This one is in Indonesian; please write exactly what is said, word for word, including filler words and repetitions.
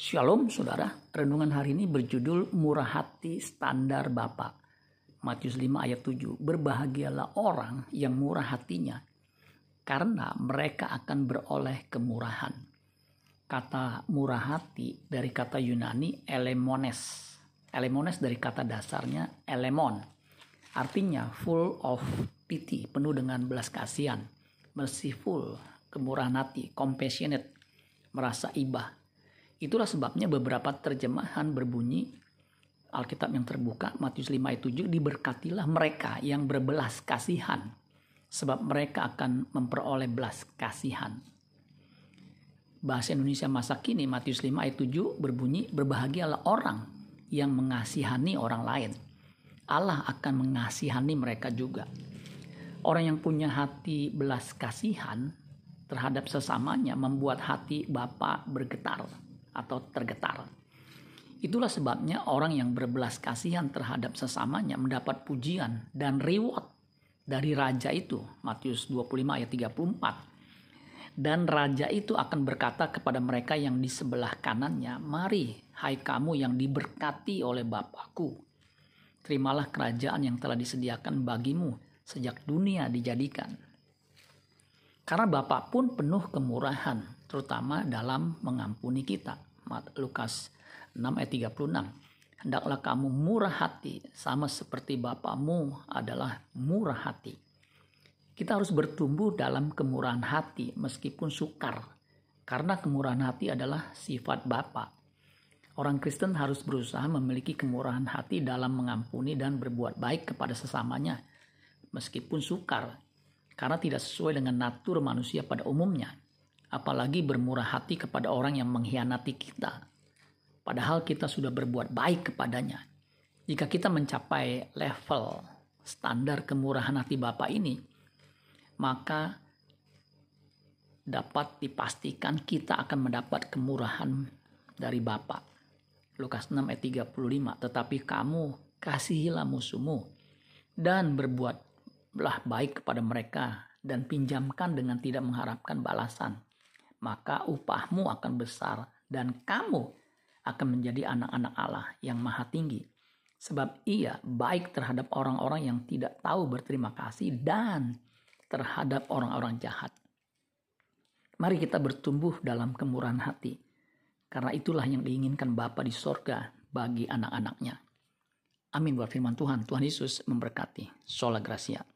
Shalom saudara, renungan hari ini berjudul Murah Hati Standar Bapa. Matius lima ayat tujuh, berbahagialah orang yang murah hatinya, karena mereka akan beroleh kemurahan. Kata murah hati dari kata Yunani elemones. Elemones dari kata dasarnya elemon. Artinya full of pity, penuh dengan belas kasihan, merciful, kemurahan hati, compassionate, merasa iba. Itulah sebabnya beberapa terjemahan berbunyi, Alkitab yang terbuka, Matius lima ayat tujuh, diberkatilah mereka yang berbelas kasihan, sebab mereka akan memperoleh belas kasihan. Bahasa Indonesia masa kini, Matius lima ayat tujuh berbunyi, berbahagialah orang yang mengasihani orang lain. Allah akan mengasihani mereka juga. Orang yang punya hati belas kasihan terhadap sesamanya membuat hati Bapa bergetar atau tergetar. Itulah sebabnya orang yang berbelas kasihan terhadap sesamanya mendapat pujian dan reward dari raja itu. Matius dua puluh lima ayat tiga puluh empat. Dan raja itu akan berkata kepada mereka yang di sebelah kanannya, mari hai kamu yang diberkati oleh Bapakku, terimalah kerajaan yang telah disediakan bagimu sejak dunia dijadikan. Karena Bapa pun penuh kemurahan, terutama dalam mengampuni kita. Lukas enam ayat tiga puluh enam. Hendaklah kamu murah hati, sama seperti Bapamu adalah murah hati. Kita harus bertumbuh dalam kemurahan hati meskipun sukar. Karena kemurahan hati adalah sifat Bapa. Orang Kristen harus berusaha memiliki kemurahan hati dalam mengampuni dan berbuat baik kepada sesamanya, meskipun sukar. Karena tidak sesuai dengan natur manusia pada umumnya. Apalagi bermurah hati kepada orang yang mengkhianati kita. Padahal kita sudah berbuat baik kepadanya. Jika kita mencapai level standar kemurahan hati Bapa ini, maka dapat dipastikan kita akan mendapat kemurahan dari Bapa. Lukas enam ayat tiga puluh lima. Tetapi kamu kasihilah musuhmu dan berbuat belah baik kepada mereka dan pinjamkan dengan tidak mengharapkan balasan, maka upahmu akan besar dan kamu akan menjadi anak-anak Allah yang maha tinggi, sebab ia baik terhadap orang-orang yang tidak tahu berterima kasih dan terhadap orang-orang jahat. Mari kita bertumbuh dalam kemurahan hati, karena itulah yang diinginkan Bapa di sorga bagi anak-anaknya. Amin buat firman Tuhan. Tuhan Yesus memberkati. Sola Gracia.